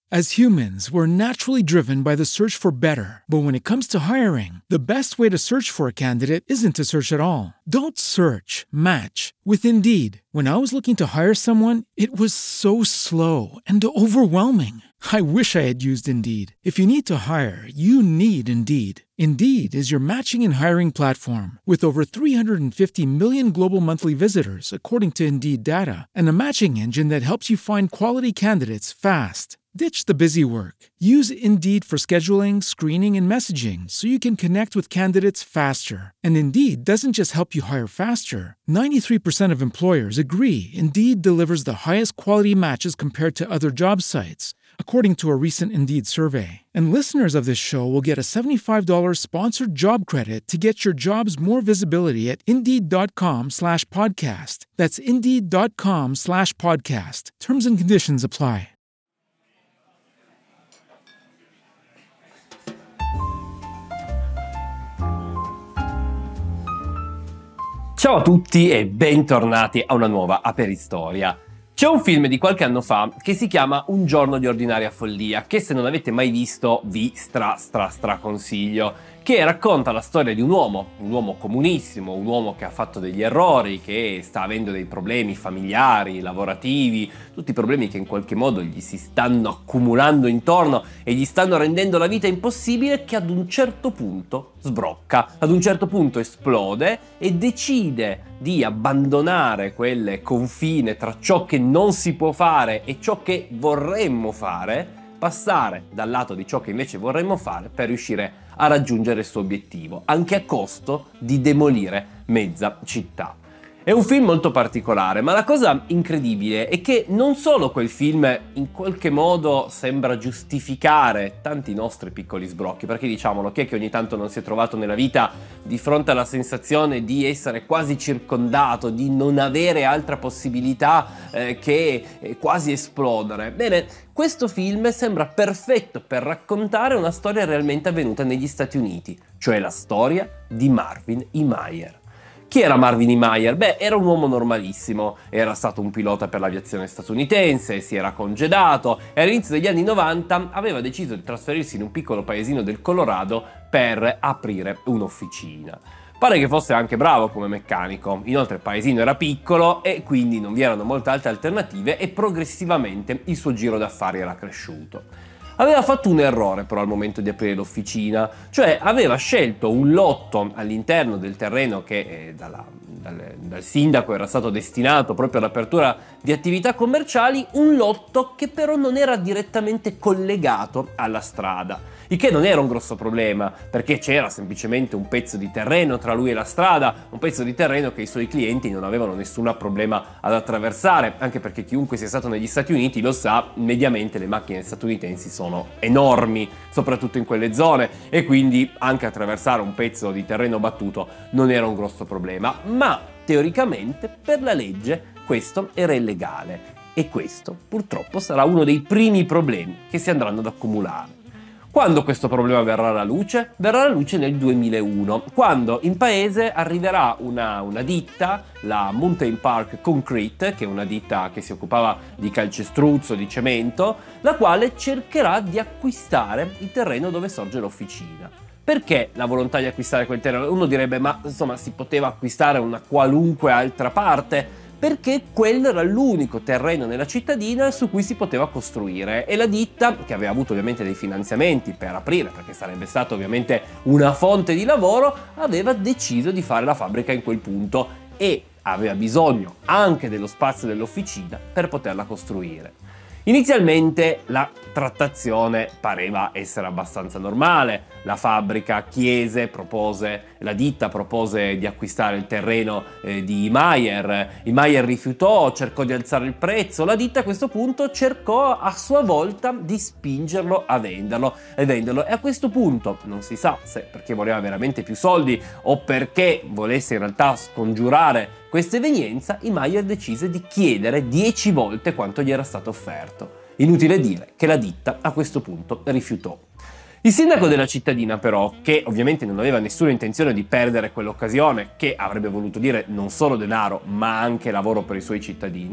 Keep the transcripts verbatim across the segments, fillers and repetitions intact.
As humans, we're naturally driven by the search for better. But when it comes to hiring, the best way to search for a candidate isn't to search at all. Don't search, match with Indeed. When I was looking to hire someone, it was so slow and overwhelming. I wish I had used Indeed. If you need to hire, you need Indeed. Indeed is your matching and hiring platform with over three hundred fifty million global monthly visitors, according to Indeed data, and a matching engine that helps you find quality candidates fast. Ditch the busy work. Use Indeed for scheduling, screening, and messaging so you can connect with candidates faster. And Indeed doesn't just help you hire faster. ninety-three percent of employers agree Indeed delivers the highest quality matches compared to other job sites, according to a recent Indeed survey. And listeners of this show will get a seventy-five dollars sponsored job credit to get your jobs more visibility at Indeed.com slash podcast. That's Indeed.com slash podcast. Terms and conditions apply. Ciao a tutti e bentornati a una nuova Aperistoria. C'è un film di qualche anno fa che si chiama Un giorno di ordinaria follia, che se non avete mai visto vi stra stra stra consiglio, che racconta la storia di un uomo, un uomo comunissimo, un uomo che ha fatto degli errori, che sta avendo dei problemi familiari, lavorativi, tutti i problemi che in qualche modo gli si stanno accumulando intorno e gli stanno rendendo la vita impossibile, che ad un certo punto sbrocca, ad un certo punto esplode e decide di abbandonare quel confine tra ciò che non si può fare e ciò che vorremmo fare, passare dal lato di ciò che invece vorremmo fare per riuscire a raggiungere il suo obiettivo, anche a costo di demolire mezza città. È un film molto particolare, ma la cosa incredibile è che non solo quel film in qualche modo sembra giustificare tanti nostri piccoli sbrocchi, perché diciamolo, chi è che ogni tanto non si è trovato nella vita di fronte alla sensazione di essere quasi circondato, di non avere altra possibilità eh, che eh, quasi esplodere? Bene, questo film sembra perfetto per raccontare una storia realmente avvenuta negli Stati Uniti, cioè la storia di Marvin E. Meyer. Chi era Marvin E. Meyer? Beh, era un uomo normalissimo, era stato un pilota per l'aviazione statunitense, si era congedato e all'inizio degli anni novanta aveva deciso di trasferirsi in un piccolo paesino del Colorado per aprire un'officina. Pare che fosse anche bravo come meccanico, inoltre il paesino era piccolo e quindi non vi erano molte altre alternative e progressivamente il suo giro d'affari era cresciuto. Aveva fatto un errore però al momento di aprire l'officina, cioè aveva scelto un lotto all'interno del terreno che eh, dalla, dal, dal sindaco era stato destinato proprio all'apertura di attività commerciali, un lotto che però non era direttamente collegato alla strada. Il che non era un grosso problema, perché c'era semplicemente un pezzo di terreno tra lui e la strada, un pezzo di terreno che i suoi clienti non avevano nessun problema ad attraversare, anche perché chiunque sia stato negli Stati Uniti lo sa, mediamente le macchine statunitensi sono enormi, soprattutto in quelle zone, e quindi anche attraversare un pezzo di terreno battuto non era un grosso problema, ma teoricamente per la legge questo era illegale, e questo purtroppo sarà uno dei primi problemi che si andranno ad accumulare. Quando questo problema verrà alla luce? Verrà alla luce nel duemilauno, quando in paese arriverà una, una ditta, la Mountain Park Concrete, che è una ditta che si occupava di calcestruzzo, di cemento, la quale cercherà di acquistare il terreno dove sorge l'officina. Perché la volontà di acquistare quel terreno? Uno direbbe, ma insomma si poteva acquistare una qualunque altra parte, perché quello era l'unico terreno nella cittadina su cui si poteva costruire, e la ditta, che aveva avuto ovviamente dei finanziamenti per aprire, perché sarebbe stata ovviamente una fonte di lavoro, aveva deciso di fare la fabbrica in quel punto e aveva bisogno anche dello spazio dell'officina per poterla costruire. Inizialmente la trattazione pareva essere abbastanza normale, la fabbrica chiese, propose, la ditta propose di acquistare il terreno eh, di Meyer, il Meyer rifiutò, cercò di alzare il prezzo, la ditta a questo punto cercò a sua volta di spingerlo a venderlo e venderlo e a questo punto non si sa se perché voleva veramente più soldi o perché volesse in realtà scongiurare questa evenienza, il Meyer decise di chiedere dieci volte quanto gli era stato offerto. Inutile dire che la ditta a questo punto rifiutò. Il sindaco della cittadina però, che ovviamente non aveva nessuna intenzione di perdere quell'occasione, che avrebbe voluto dire non solo denaro ma anche lavoro per i suoi cittadini,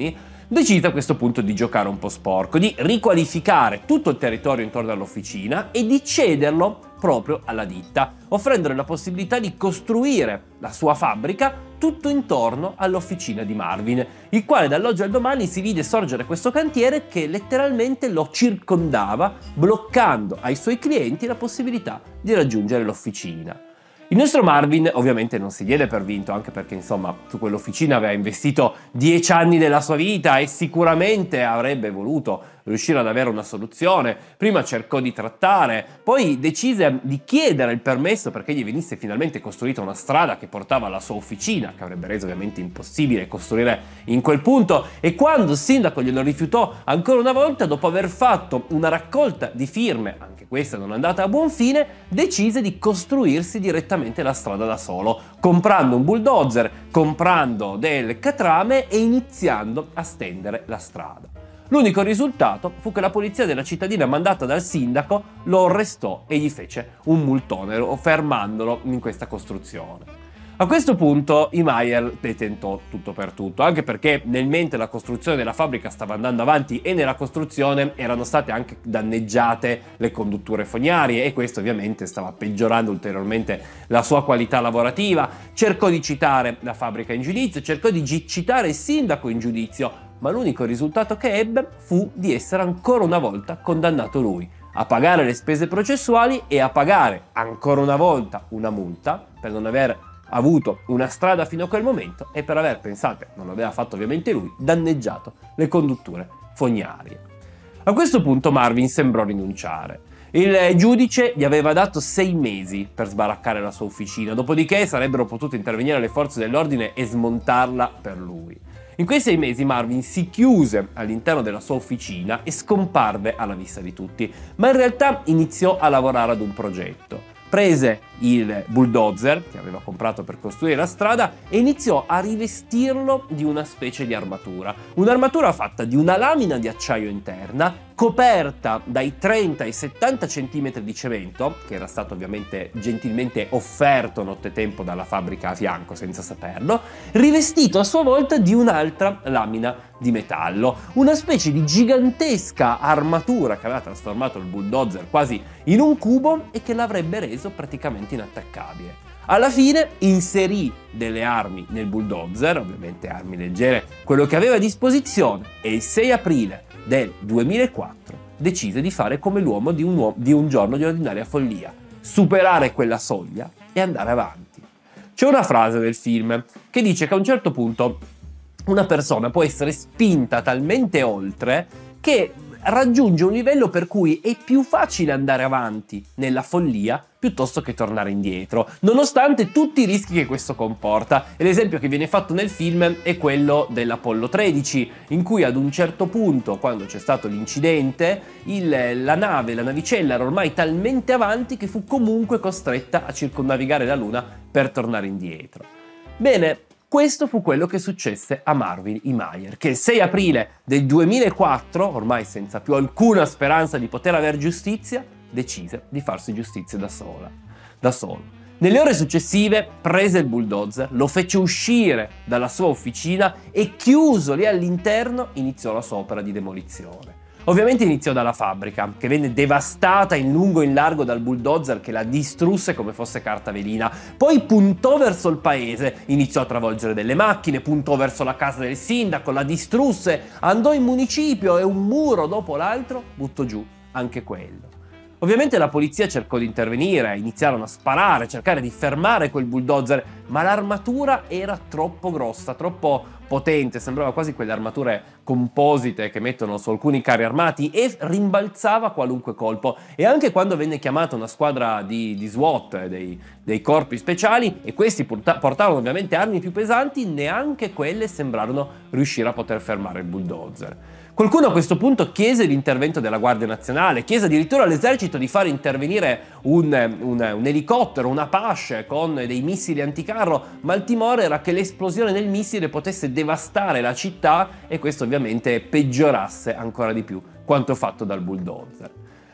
decise a questo punto di giocare un po' sporco, di riqualificare tutto il territorio intorno all'officina e di cederlo proprio alla ditta, offrendole la possibilità di costruire la sua fabbrica tutto intorno all'officina di Marvin, il quale dall'oggi al domani si vide sorgere questo cantiere che letteralmente lo circondava, bloccando ai suoi clienti la possibilità di raggiungere l'officina. Il nostro Marvin ovviamente non si diede per vinto, anche perché insomma su quell'officina aveva investito dieci anni della sua vita e sicuramente avrebbe voluto riuscire ad avere una soluzione. Prima cercò di trattare, poi decise di chiedere il permesso perché gli venisse finalmente costruita una strada che portava alla sua officina, che avrebbe reso ovviamente impossibile costruire in quel punto, e quando il sindaco glielo rifiutò ancora una volta, dopo aver fatto una raccolta di firme, anche questa non è andata a buon fine, decise di costruirsi direttamente la strada da solo, comprando un bulldozer, comprando del catrame e iniziando a stendere la strada. L'unico risultato fu che la polizia della cittadina mandata dal sindaco lo arrestò e gli fece un multone, fermandolo in questa costruzione. A questo punto i Meyer detentò tutto per tutto, anche perché nel mentre la costruzione della fabbrica stava andando avanti e nella costruzione erano state anche danneggiate le condutture fognarie e questo ovviamente stava peggiorando ulteriormente la sua qualità lavorativa. Cercò di citare la fabbrica in giudizio, cercò di gi- citare il sindaco in giudizio, ma l'unico risultato che ebbe fu di essere ancora una volta condannato lui a pagare le spese processuali e a pagare ancora una volta una multa per non aver avuto una strada fino a quel momento e per aver, pensate, non l'aveva fatto ovviamente lui, danneggiato le condutture fognarie. A questo punto Marvin sembrò rinunciare. Il giudice gli aveva dato sei mesi per sbaraccare la sua officina, dopodiché sarebbero potute intervenire le forze dell'ordine e smontarla per lui. In quei sei mesi Marvin si chiuse all'interno della sua officina e scomparve alla vista di tutti, ma in realtà iniziò a lavorare ad un progetto. Prese il bulldozer che aveva comprato per costruire la strada e iniziò a rivestirlo di una specie di armatura. Un'armatura fatta di una lamina di acciaio interna, coperta dai trenta ai settanta centimetri di cemento, che era stato ovviamente gentilmente offerto nottetempo dalla fabbrica a fianco senza saperlo, rivestito a sua volta di un'altra lamina di metallo, una specie di gigantesca armatura che aveva trasformato il bulldozer quasi in un cubo e che l'avrebbe reso praticamente inattaccabile. Alla fine inserì delle armi nel bulldozer, ovviamente armi leggere, quello che aveva a disposizione, e il sei aprile del duemilaquattro decise di fare come l'uomo di un, uomo, di un giorno di ordinaria follia, superare quella soglia e andare avanti. C'è una frase del film che dice che a un certo punto una persona può essere spinta talmente oltre che raggiunge un livello per cui è più facile andare avanti nella follia piuttosto che tornare indietro, nonostante tutti i rischi che questo comporta. E l'esempio che viene fatto nel film è quello dell'Apollo tredici, in cui ad un certo punto, quando c'è stato l'incidente, il, la nave, la navicella era ormai talmente avanti che fu comunque costretta a circumnavigare la Luna per tornare indietro. Bene, questo fu quello che successe a Marvin E. Meyer, che il sei aprile del duemilaquattro, ormai senza più alcuna speranza di poter avere giustizia, decise di farsi giustizia da sola, da solo. Nelle ore successive prese il bulldozer, lo fece uscire dalla sua officina e chiuso lì all'interno iniziò la sua opera di demolizione. Ovviamente iniziò dalla fabbrica, che venne devastata in lungo e in largo dal bulldozer che la distrusse come fosse carta velina. Poi puntò verso il paese, iniziò a travolgere delle macchine, puntò verso la casa del sindaco, la distrusse, andò in municipio e un muro dopo l'altro buttò giù anche quello. Ovviamente la polizia cercò di intervenire, iniziarono a sparare, a cercare di fermare quel bulldozer, ma l'armatura era troppo grossa, troppo potente, sembrava quasi quelle armature composite che mettono su alcuni carri armati e rimbalzava qualunque colpo. E anche quando venne chiamata una squadra di, di SWAT, dei, dei corpi speciali, e questi porta- portarono ovviamente armi più pesanti, neanche quelle sembrarono riuscire a poter fermare il bulldozer. Qualcuno a questo punto chiese l'intervento della Guardia Nazionale, chiese addirittura all'esercito di far intervenire un, un, un elicottero, un Apache con dei missili anticarro, ma il timore era che l'esplosione del missile potesse devastare la città e questo ovviamente peggiorasse ancora di più quanto fatto dal bulldozer.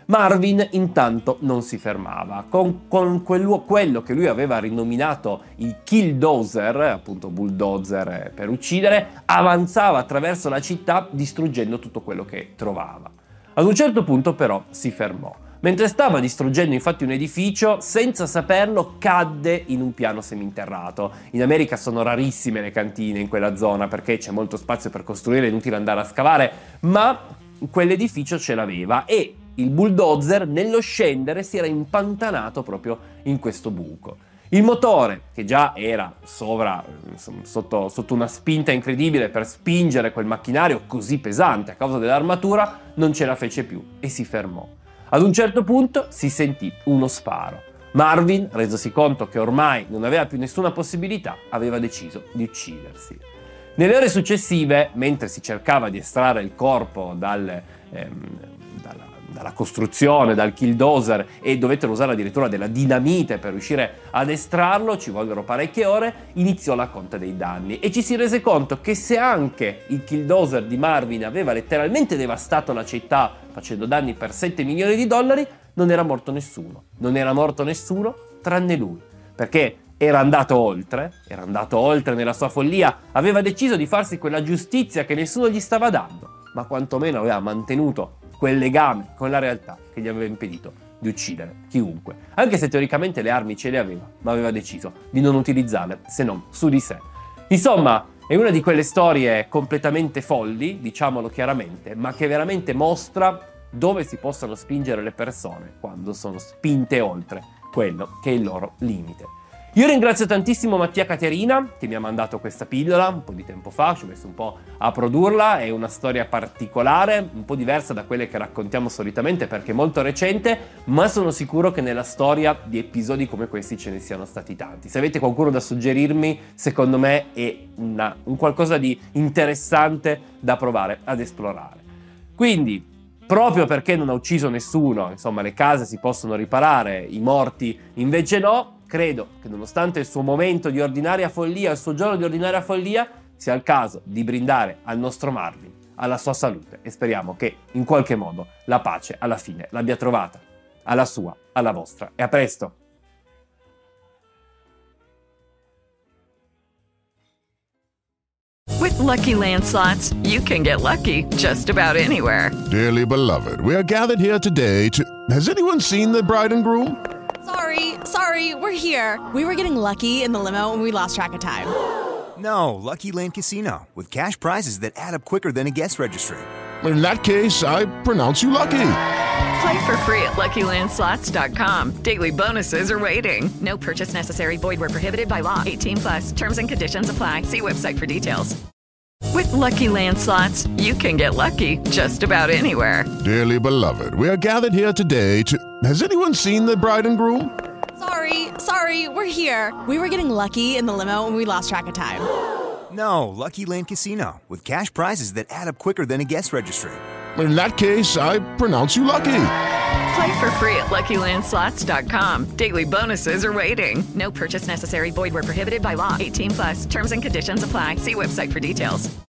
Marvin intanto non si fermava, con, con quello, quello che lui aveva rinominato il killdozer, appunto bulldozer per uccidere, avanzava attraverso la città distruggendo tutto quello che trovava. Ad un certo punto però si fermò. Mentre stava distruggendo infatti un edificio, senza saperlo cadde in un piano seminterrato. In America sono rarissime le cantine in quella zona perché c'è molto spazio per costruire, è inutile andare a scavare, ma quell'edificio ce l'aveva e il bulldozer nello scendere si era impantanato proprio in questo buco. Il motore, che già era sovra, insomma, sotto, sotto una spinta incredibile per spingere quel macchinario così pesante a causa dell'armatura, non ce la fece più e si fermò. Ad un certo punto si sentì uno sparo. Marvin, resosi conto che ormai non aveva più nessuna possibilità, aveva deciso di uccidersi. Nelle ore successive, mentre si cercava di estrarre il corpo dal, ehm, dalla, dalla costruzione, dal killdozer, e dovettero usare addirittura della dinamite per riuscire ad estrarlo, ci vollero parecchie ore, iniziò la conta dei danni e ci si rese conto che se anche il killdozer di Marvin aveva letteralmente devastato la città facendo danni per sette milioni di dollari, non era morto nessuno. Non era morto nessuno tranne lui, perché era andato oltre, era andato oltre nella sua follia, aveva deciso di farsi quella giustizia che nessuno gli stava dando, ma quantomeno aveva mantenuto quel legame con la realtà che gli aveva impedito di uccidere chiunque. Anche se teoricamente le armi ce le aveva, ma aveva deciso di non utilizzarle se non su di sé. Insomma, è una di quelle storie completamente folli, diciamolo chiaramente, ma che veramente mostra dove si possono spingere le persone quando sono spinte oltre quello che è il loro limite. Io ringrazio tantissimo Mattia Caterina che mi ha mandato questa pillola un po' di tempo fa, ci ho messo un po' a produrla, è una storia particolare, un po' diversa da quelle che raccontiamo solitamente perché è molto recente, ma sono sicuro che nella storia di episodi come questi ce ne siano stati tanti. Se avete qualcuno da suggerirmi, secondo me è una, un qualcosa di interessante da provare ad esplorare. Quindi, proprio perché non ha ucciso nessuno, insomma le case si possono riparare, i morti invece no, credo che nonostante il suo momento di ordinaria follia, il suo giorno di ordinaria follia, sia il caso di brindare al nostro Marvin, alla sua salute e speriamo che in qualche modo la pace alla fine l'abbia trovata, alla sua, alla vostra. E a presto! With Lucky Land Slots, you can get lucky just about anywhere. Dearly beloved, we are gathered here today to... Has anyone seen the bride and groom? Sorry, sorry, we're here. We were getting lucky in the limo and we lost track of time. No, Lucky Land Casino, with cash prizes that add up quicker than a guest registry. In that case, I pronounce you lucky. Play for free at Lucky Land Slots dot com. Daily bonuses are waiting. No purchase necessary. Void where prohibited by law. eighteen plus. Terms and conditions apply. See website for details. With Lucky Land Slots, you can get lucky just about anywhere. Dearly beloved, we are gathered here today to... Has anyone seen the bride and groom? Sorry, sorry, we're here. We were getting lucky in the limo and we lost track of time. No, Lucky Land Casino, with cash prizes that add up quicker than a guest registry. In that case, I pronounce you lucky. Play for free at Lucky Land Slots dot com. Daily bonuses are waiting. No purchase necessary. Void where prohibited by law. eighteen plus. Terms and conditions apply. See website for details.